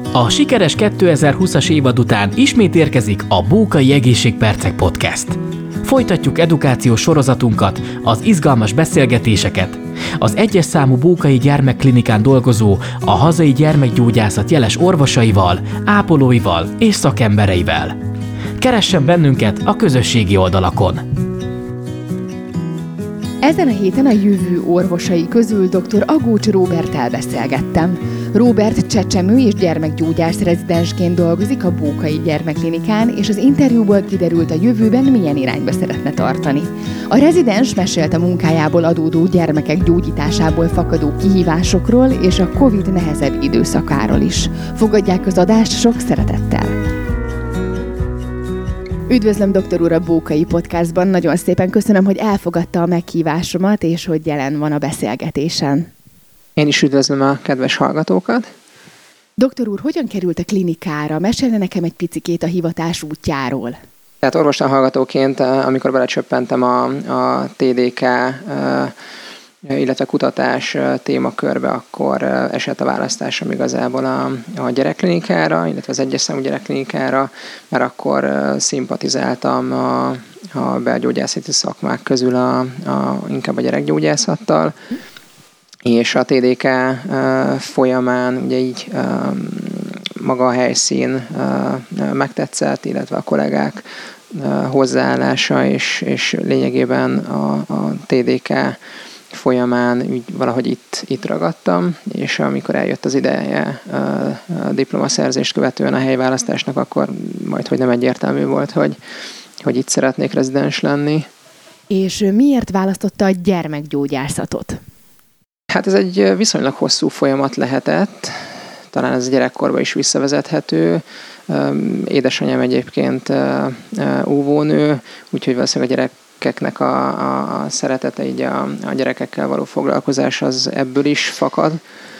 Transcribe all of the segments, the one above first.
A sikeres 2020-as évad után ismét érkezik a Bókai Egészségpercek Podcast. Folytatjuk edukációs sorozatunkat, az izgalmas beszélgetéseket, az egyes számú Bókai Gyermekklinikán dolgozó, a hazai gyermekgyógyászat jeles orvosaival, ápolóival és szakembereivel. Keressen bennünket a közösségi oldalakon! Ezen a héten a jövő orvosai közül dr. Agócs Róberttel beszélgettem. Róbert csecsemő és gyermekgyógyász rezidensként dolgozik a Bókai Gyermekklinikán, és az interjúból kiderült, a jövőben milyen irányba szeretne tartani. A rezidens mesélt a munkájából adódó gyermekek gyógyításából fakadó kihívásokról és a Covid nehezebb időszakáról is. Fogadják az adást sok szeretettel! Üdvözlöm, doktor úr, a Bókai Podcastban. Nagyon szépen köszönöm, hogy elfogadta a meghívásomat, és hogy jelen van a beszélgetésen. Én is üdvözlöm a kedves hallgatókat. Doktor úr, hogyan került a klinikára? Mesélne nekem egy picikét a hivatás útjáról. Tehát orvostan hallgatóként, amikor belecsöppentem a TDK, illetve kutatás témakörbe, akkor esett a választásom igazából a gyerekklinikára, illetve az egyes számú gyerekklinikára, mert akkor szimpatizáltam a belgyógyászati szakmák közül inkább a gyerekgyógyászattal, és a TDK folyamán ugye így maga a helyszín megtetszett, illetve a kollégák hozzáállása, és lényegében a TDK folyamán úgy valahogy itt ragadtam, és amikor eljött az ideje a diplomaszerzést követően a helyválasztásnak, akkor majdhogy nem egyértelmű volt, hogy itt szeretnék rezidens lenni. És miért választotta a gyermekgyógyászatot? Hát ez egy viszonylag hosszú folyamat lehetett, talán ez gyerekkorba is visszavezethető. Édesanyám egyébként óvónő, úgyhogy valószínűleg a gyerekeknek a szeretete, így a gyerekekkel való foglalkozás az ebből is fakad.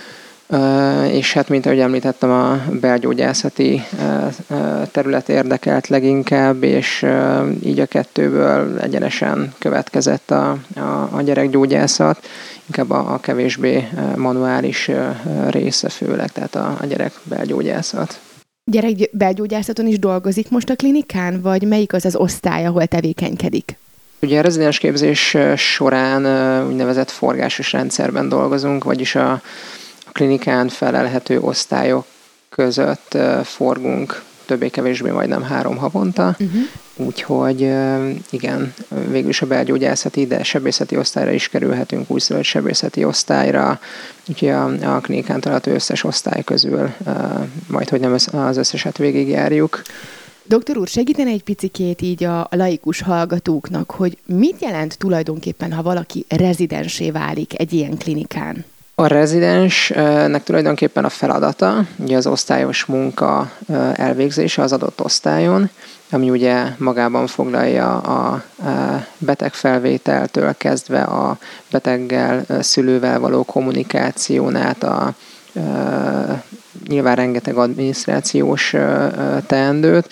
És hát, mint ahogy említettem, a belgyógyászati terület érdekelt leginkább, és így a kettőből egyenesen következett a gyerekgyógyászat, inkább a kevésbé manuális része főleg, tehát a gyerekbelgyógyászat. Gyerekbelgyógyászaton is dolgozik most a klinikán, vagy melyik az osztály, ahol tevékenykedik? Ugye a rezidens képzés során úgynevezett forgásos rendszerben dolgozunk, vagyis a klinikán felelhető osztályok között forgunk többé-kevésbé majdnem 3 havonta. Úgyhogy igen, végül is a belgyógyászati, de sebészeti osztályra is kerülhetünk, újszülött sebészeti osztályra, úgyhogy a klinikán található összes osztály közül majdhogy nem az összeset végigjárjuk. Doktor úr, segítene egy picikét így a laikus hallgatóknak, hogy mit jelent tulajdonképpen, ha valaki rezidensé válik egy ilyen klinikán? A rezidensnek tulajdonképpen a feladata, ugye az osztályos munka elvégzése az adott osztályon, ami ugye magában foglalja a betegfelvételtől kezdve a beteggel, szülővel való kommunikáción át nyilván rengeteg adminisztrációs teendőt,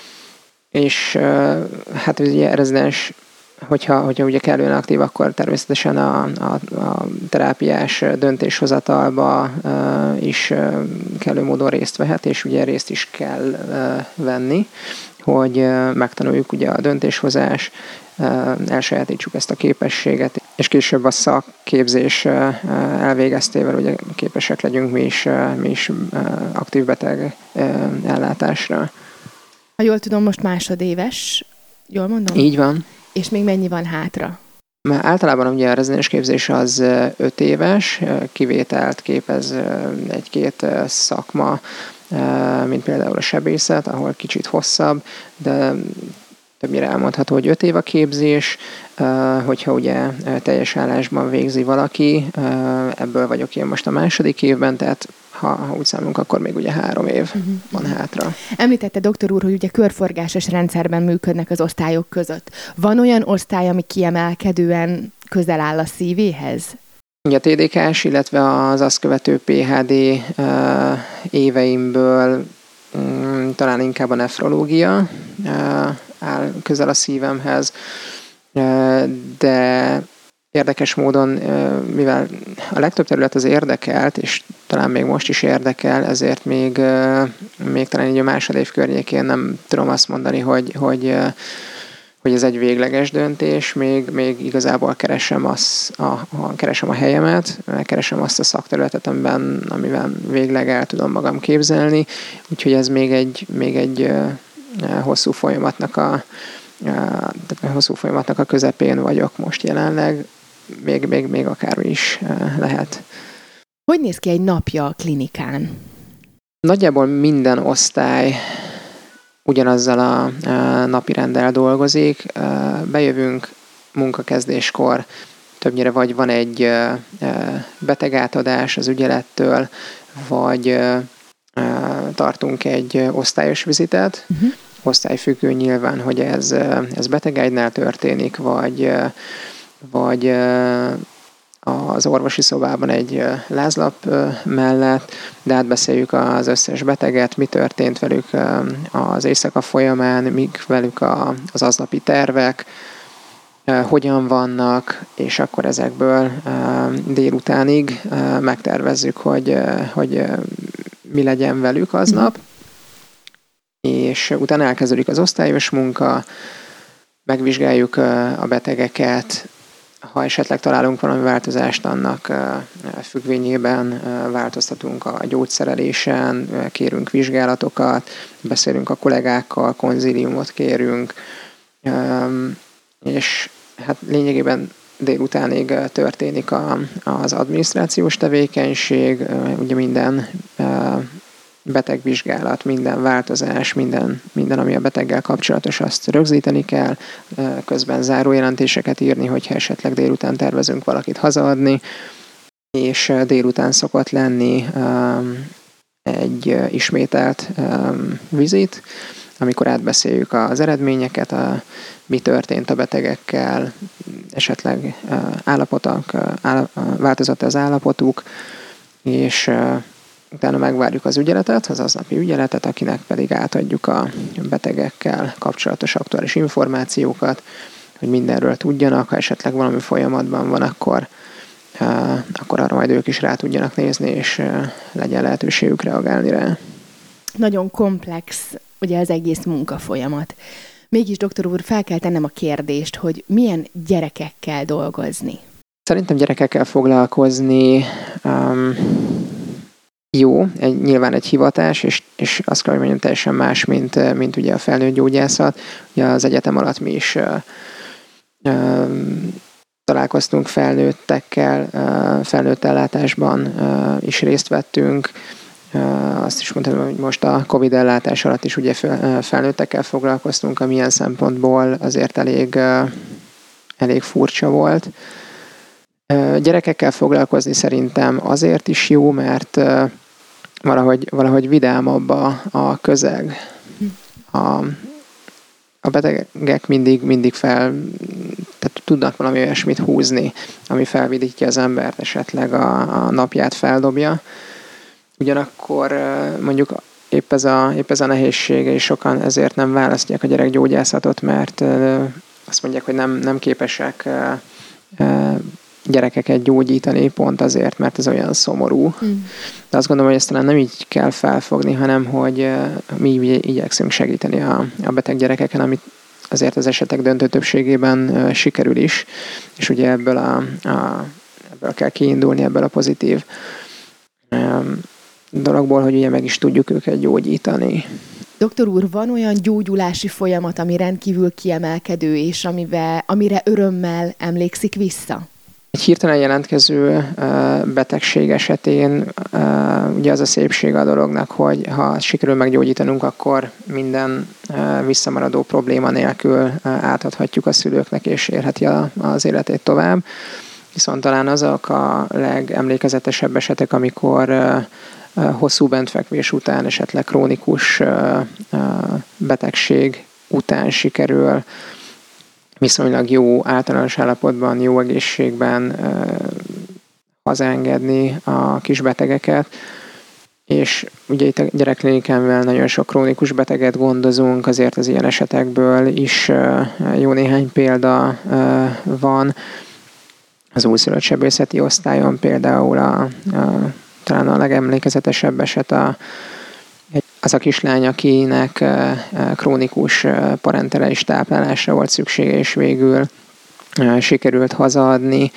és hát ugye rezidens, hogyha ugye kellően aktív, akkor természetesen a terápiás döntéshozatalba is kellő módon részt vehet, és ugye részt is kell venni, hogy megtanuljuk ugye a döntéshozás, elsajátítsuk ezt a képességet, és később a szakképzés elvégeztével ugye képesek legyünk mi is aktív beteg ellátásra. Ha jól tudom, most másodéves, jól mondom? Így van. És még mennyi van hátra? Mert általában ugye a rezidens képzés az 5 éves, kivételt képez egy-két szakma, mint például a sebészet, ahol kicsit hosszabb, de többnyire elmondható, hogy 5 év a képzés, hogyha ugye teljes állásban végzi valaki, ebből vagyok én most a második évben, tehát ha úgy számolunk, akkor még ugye 3 év van hátra. Említette doktor úr, hogy ugye körforgásos rendszerben működnek az osztályok között. Van olyan osztály, ami kiemelkedően közel áll a szívéhez? Ugye a TDK-s, illetve az azt követő PhD éveimből talán inkább a nefrológia áll közel a szívemhez, de érdekes módon, mivel a legtöbb terület az érdekelt, és talán még most is érdekel, ezért még talán így a másodév környékén nem tudom azt mondani, hogy ez egy végleges döntés, még igazából keresem a helyemet, keresem azt a szakterületet, amiben végleg el tudom magam képzelni, úgyhogy ez még egy hosszú folyamatnak a közepén vagyok most jelenleg, még akármi is lehet. Hogy néz ki egy napja a klinikán? Nagyjából minden osztály ugyanazzal a napirenddel dolgozik. Bejövünk munkakezdéskor, többnyire vagy van egy betegátadás az ügyelettől, vagy tartunk egy osztályos vizitet. Osztályfüggő nyilván, hogy ez betegágynál történik, vagy az orvosi szobában egy lázlap mellett, de átbeszéljük az összes beteget, mi történt velük az éjszaka folyamán, mik velük az aznapi tervek, hogyan vannak, és akkor ezekből délutánig megtervezzük, hogy mi legyen velük aznap, és utána elkezdődik az osztályos munka, megvizsgáljuk a betegeket, ha esetleg találunk valami változást, annak függvényében változtatunk a gyógyszerelésen, kérünk vizsgálatokat, beszélünk a kollégákkal, konzíliumot kérünk, és hát lényegében délutánig történik az adminisztrációs tevékenység, ugye minden betegvizsgálat, minden változás, minden, ami a beteggel kapcsolatos, azt rögzíteni kell, közben zárójelentéseket írni, hogyha esetleg délután tervezünk valakit hazaadni, és délután szokott lenni egy ismételt vizit, amikor átbeszéljük az eredményeket, mi történt a betegekkel, esetleg változott az állapotuk, és utána megvárjuk az ügyeletet, az aznapi ügyeletet, akinek pedig átadjuk a betegekkel kapcsolatos aktuális információkat, hogy mindenről tudjanak, ha esetleg valami folyamatban van, akkor arra majd ők is rá tudjanak nézni, és legyen lehetőségük reagálni rá. Nagyon komplex ugye az egész munkafolyamat. Mégis, doktor úr, fel kell tennem a kérdést, hogy milyen gyerekekkel dolgozni? Szerintem gyerekekkel foglalkozni jó, nyilván egy hivatás, és azt kell, hogy mondjam, teljesen más, mint ugye a felnőtt gyógyászat. Ugye az egyetem alatt mi is találkoztunk felnőttekkel, felnőtt ellátásban is részt vettünk. Azt is mondtam, hogy most a Covid ellátás alatt is ugye felnőttekkel foglalkoztunk, ami ilyen szempontból azért elég furcsa volt. Gyerekekkel foglalkozni szerintem azért is jó, mert valahogy vidámabb a közeg. A betegek mindig tehát tudnak valami olyasmit húzni, ami felvidítja az embert, esetleg a napját feldobja. Ugyanakkor mondjuk épp ez a nehézsége, és sokan ezért nem választják a gyerekgyógyászatot, mert azt mondják, hogy nem képesek gyerekeket gyógyítani pont azért, mert ez olyan szomorú. De azt gondolom, hogy ezt talán nem így kell felfogni, hanem hogy mi igyekszünk segíteni a beteg gyerekeken, amit azért az esetek döntő többségében sikerül is, és ugye ebből kell kiindulni, ebből a pozitív dologból, hogy ugye meg is tudjuk őket gyógyítani. Doktor úr, van olyan gyógyulási folyamat, ami rendkívül kiemelkedő, és amire örömmel emlékszik vissza? Egy hirtelen jelentkező betegség esetén ugye az a szépség a dolognak, hogy ha sikerül meggyógyítanunk, akkor minden visszamaradó probléma nélkül átadhatjuk a szülőknek, és érheti az életét tovább. Viszont talán azok a legemlékezetesebb esetek, amikor hosszú bentfekvés után, esetleg krónikus betegség után sikerül viszonylag jó általános állapotban, jó egészségben hazaengedni a kis betegeket. És ugye itt a gyerekklinikánval nagyon sok krónikus beteget gondozunk, azért az ilyen esetekből is jó néhány példa van. az újszülött sebészeti osztályon például talán a legemlékezetesebb eset az a kislány, akinek krónikus parenterális táplálásra volt szüksége, és végül sikerült hazaadni.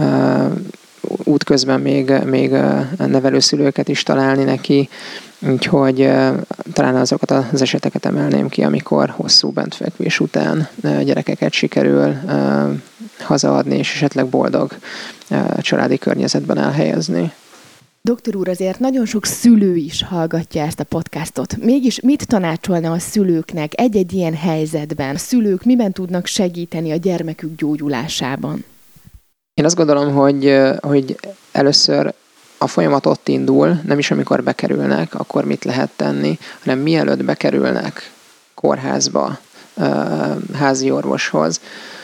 Útközben még nevelőszülőket is találni neki, úgyhogy talán azokat az eseteket emelném ki, amikor hosszú bentfekvés után gyerekeket sikerül hazaadni, és esetleg boldog családi környezetben elhelyezni. Doktor úr, azért nagyon sok szülő is hallgatja ezt a podcastot. Mégis mit tanácsolna a szülőknek egy-egy ilyen helyzetben? A szülők miben tudnak segíteni a gyermekük gyógyulásában? Én azt gondolom, hogy először a folyamat ott indul, nem is amikor bekerülnek, akkor mit lehet tenni, hanem mielőtt bekerülnek kórházba, házi orvoshoz.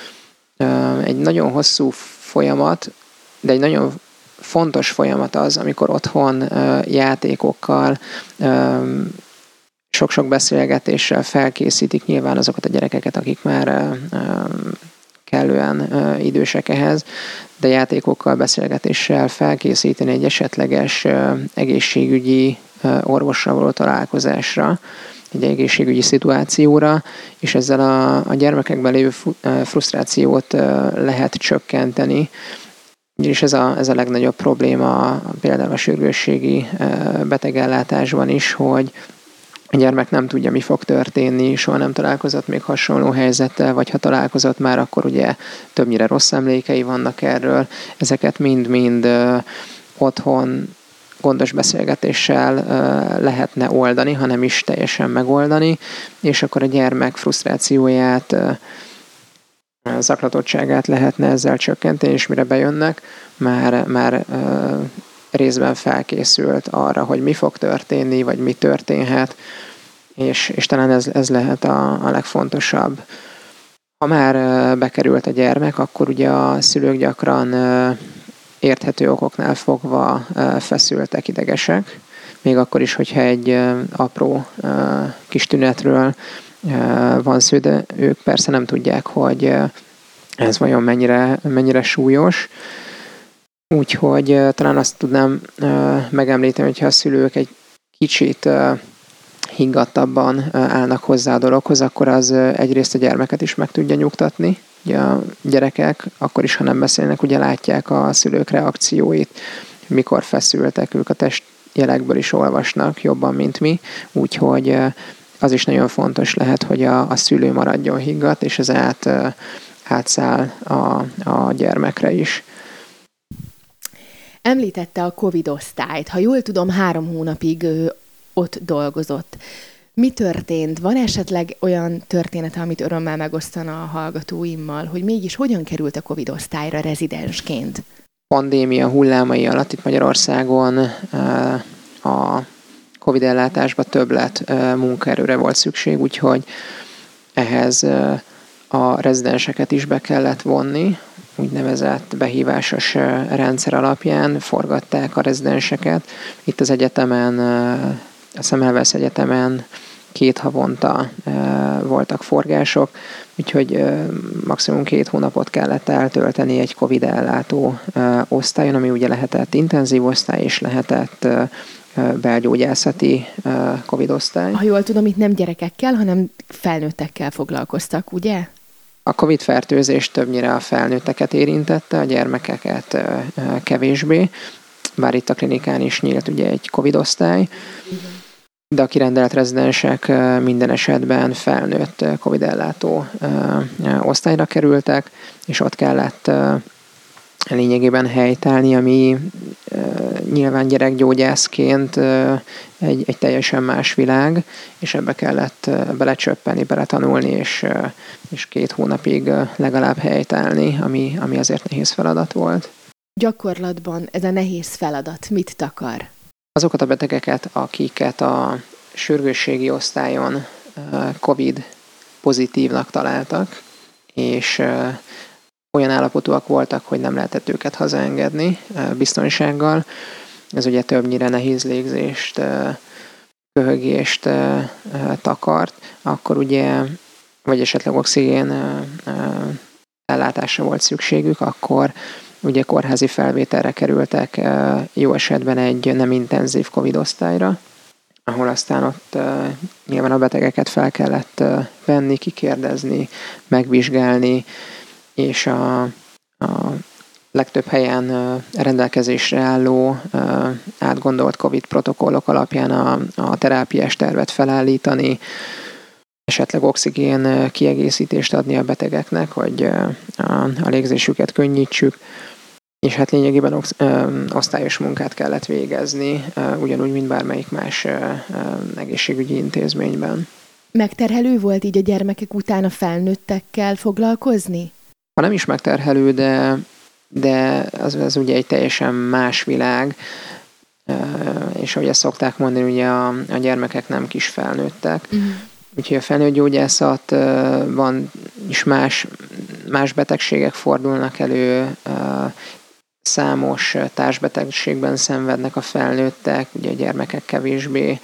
Egy nagyon hosszú folyamat, de egy nagyon fontos folyamat az, amikor otthon játékokkal, sok-sok beszélgetéssel felkészítik nyilván azokat a gyerekeket, akik már kellően idősek ehhez, de játékokkal, beszélgetéssel felkészíteni egy esetleges egészségügyi orvossal való találkozásra, egy egészségügyi szituációra, és ezzel a gyermekekben lévő frusztrációt lehet csökkenteni. És ez a legnagyobb probléma például a sürgősségi betegellátásban is, hogy a gyermek nem tudja, mi fog történni, soha nem találkozott még hasonló helyzettel, vagy ha találkozott már, akkor ugye többnyire rossz emlékei vannak erről. Ezeket mind-mind otthon gondos beszélgetéssel lehetne oldani, hanem is teljesen megoldani, és akkor a gyermek frusztrációját, zaklatottságát lehetne ezzel csökkenteni, és mire bejönnek, már részben felkészült arra, hogy mi fog történni, vagy mi történhet, és talán ez lehet a legfontosabb. Ha már bekerült a gyermek, akkor ugye a szülők gyakran érthető okoknál fogva feszültek, idegesek, még akkor is, hogyha egy apró kis tünetről van szó, de ők persze nem tudják, hogy ez vajon mennyire súlyos. Úgyhogy talán azt tudnám megemlíteni, hogyha a szülők egy kicsit higgadtabban állnak hozzá a dologhoz, akkor az egyrészt a gyermeket is meg tudja nyugtatni. Ugye a gyerekek, akkor is, ha nem beszélnek, ugye látják a szülők reakcióit, mikor feszültek, ők a testjelekből is olvasnak jobban, mint mi. Úgyhogy az is nagyon fontos lehet, hogy a szülő maradjon higgadt, és ez átszáll a gyermekre is. Említette a Covid osztályt. Ha jól tudom, 3 hónapig ott dolgozott. Mi történt? Van esetleg olyan története, amit örömmel megosztana a hallgatóimmal, hogy mégis hogyan került a Covid osztályra rezidensként? Pandémia hullámai alatt itt Magyarországon a Covid ellátásban többlet munkaerőre volt szükség, úgyhogy ehhez a rezidenseket is be kellett vonni, úgynevezett behívásos rendszer alapján forgatták a rezidenseket. Itt az egyetemen, a Semmelweis Egyetemen 2 havonta voltak forgások, úgyhogy maximum 2 hónapot kellett eltölteni egy Covid ellátó osztályon, ami ugye lehetett intenzív osztály, és lehetett belgyógyászati Covid osztály. Ha jól tudom, itt nem gyerekekkel, hanem felnőttekkel foglalkoztak, ugye? A Covid-fertőzés többnyire a felnőtteket érintette, a gyermekeket kevésbé, bár itt a klinikán is nyílt ugye egy Covid osztály, de a kirendelt rezidensek minden esetben felnőtt Covid ellátó osztályra kerültek, és ott kellett lényegében helytállni, ami nyilván gyerekgyógyászként egy teljesen más világ, és ebbe kellett belecsöppeni, beletanulni, és 2 hónapig legalább helytállni, ami azért nehéz feladat volt. Gyakorlatban ez a nehéz feladat mit takar? Azokat a betegeket, akiket a sürgősségi osztályon Covid pozitívnak találtak, és olyan állapotúak voltak, hogy nem lehetett őket hazaengedni biztonsággal. Ez ugye többnyire nehéz légzést, köhögést takart, akkor ugye, vagy esetleg oxigén ellátásra volt szükségük, akkor ugye kórházi felvételre kerültek, jó esetben egy nem intenzív Covid osztályra, ahol aztán ott nyilván a betegeket fel kellett venni, kikérdezni, megvizsgálni, és a legtöbb helyen rendelkezésre álló átgondolt Covid protokollok alapján a terápiás tervet felállítani, esetleg oxigén kiegészítést adni a betegeknek, hogy a légzésüket könnyítsük, és hát lényegében osztályos munkát kellett végezni, ugyanúgy, mint bármelyik más egészségügyi intézményben. Megterhelő volt így a gyermekek után a felnőttekkel foglalkozni? Ha nem is megterhelő, de az ugye egy teljesen más világ, és ahogy ezt szokták mondani, ugye a gyermekek nem kis felnőttek. Úgyhogy a felnőtt gyógyászatban is más betegségek fordulnak elő, számos társbetegségben szenvednek a felnőttek, ugye a gyermekek kevésbé,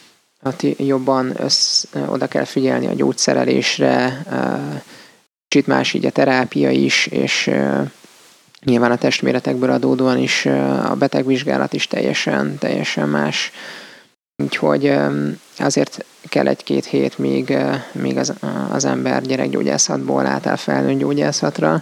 jobban oda kell figyelni a gyógyszerelésre, kicsit más így a terápia is, és nyilván a testméretekből adódóan is a betegvizsgálat is teljesen más. Úgyhogy azért kell 1-2 hét, míg az ember gyerekgyógyászatból átáll felnőtt gyógyászatra,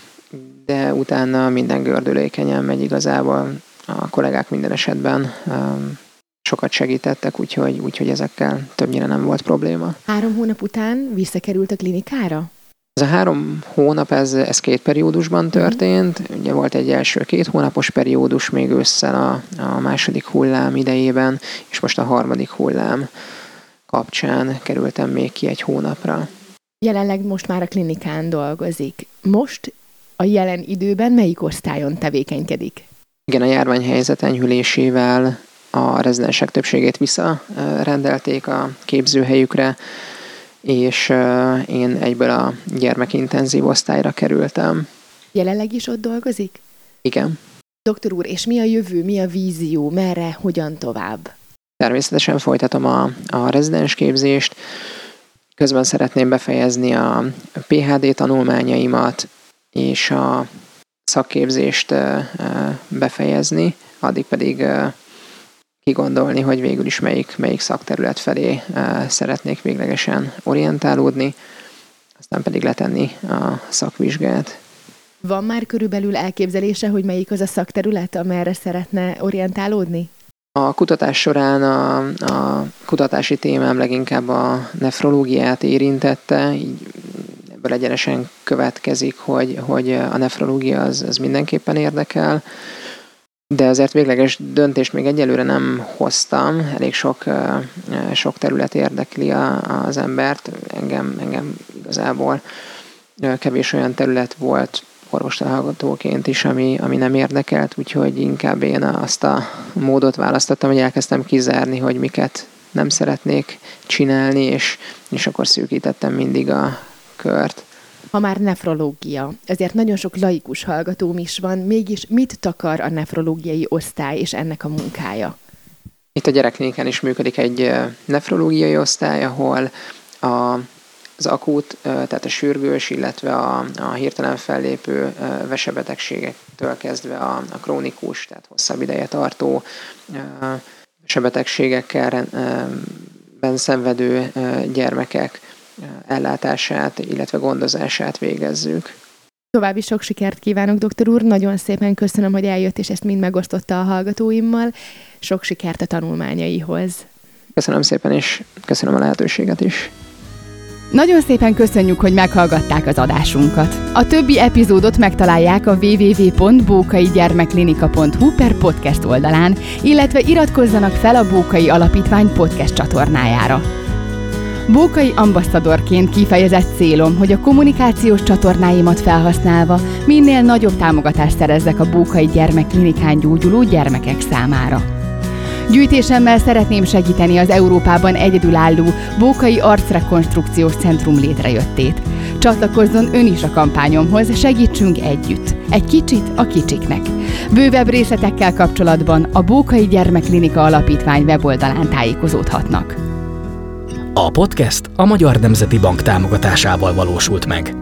de utána minden gördülékenyen megy igazából. A kollégák minden esetben sokat segítettek, úgyhogy ezekkel többnyire nem volt probléma. 3 hónap után visszakerült a klinikára? Ez a 3 hónap, ez 2 periódusban történt. Ugye volt egy első 2 hónapos periódus még ősszel a második hullám idejében, és most a harmadik hullám kapcsán kerültem még ki 1 hónapra. Jelenleg most már a klinikán dolgozik. Most a jelen időben melyik osztályon tevékenykedik? Igen, a járványhelyzet enyhülésével a rezidensek többségét visszarendelték a képzőhelyükre, és én egyből a gyermekintenzív osztályra kerültem. Jelenleg is ott dolgozik? Igen. Doktor úr, és mi a jövő, mi a vízió, merre, hogyan tovább? Természetesen folytatom a rezidens képzést, közben szeretném befejezni a PhD tanulmányaimat, és a szakképzést befejezni, addig pedig kigondolni, hogy végül is melyik szakterület felé szeretnék véglegesen orientálódni, aztán pedig letenni a szakvizsgát. Van már körülbelül elképzelése, hogy melyik az a szakterület, amerre szeretne orientálódni? A kutatás során a kutatási témám leginkább a nefrológiát érintette, így ebből egyenesen következik, hogy a nefrológia az mindenképpen érdekel, de azért végleges döntést még egyelőre nem hoztam, elég sok terület érdekli az embert, engem igazából kevés olyan terület volt orvostanhallgatóként is, ami nem érdekelt, úgyhogy inkább én azt a módot választottam, hogy elkezdtem kizárni, hogy miket nem szeretnék csinálni, és akkor szűkítettem mindig a kört. Ha már nefrológia, ezért nagyon sok laikus hallgatóm is van, mégis mit takar a nefrológiai osztály és ennek a munkája? Itt a gyerekklinikán is működik egy nefrológiai osztály, ahol az akut, tehát a sürgős, illetve a hirtelen fellépő vesebetegségektől kezdve a krónikus, tehát hosszabb ideje tartó vesebetegségekkel szenvedő gyermekek ellátását, illetve gondozását végezzük. További sok sikert kívánok, doktor úr, nagyon szépen köszönöm, hogy eljött, és ezt mind megosztotta a hallgatóimmal. Sok sikert a tanulmányaihoz. Köszönöm szépen, és köszönöm a lehetőséget is. Nagyon szépen köszönjük, hogy meghallgatták az adásunkat. A többi epizódot megtalálják a www.bókaigyermekklinika.hu/podcast oldalán, illetve iratkozzanak fel a Bókai Alapítvány podcast csatornájára. Bókai ambasszadorként kifejezett célom, hogy a kommunikációs csatornáimat felhasználva minél nagyobb támogatást szerezzek a Bókai Gyermekklinikán gyógyuló gyermekek számára. Gyűjtésemmel szeretném segíteni az Európában egyedülálló Bókai Arcrekonstrukciós Centrum létrejöttét. Csatlakozzon ön is a kampányomhoz, segítsünk együtt. Egy kicsit a kicsiknek. Bővebb részletekkel kapcsolatban a Bókai Gyermekklinika Alapítvány weboldalán tájékozódhatnak. A podcast a Magyar Nemzeti Bank támogatásával valósult meg.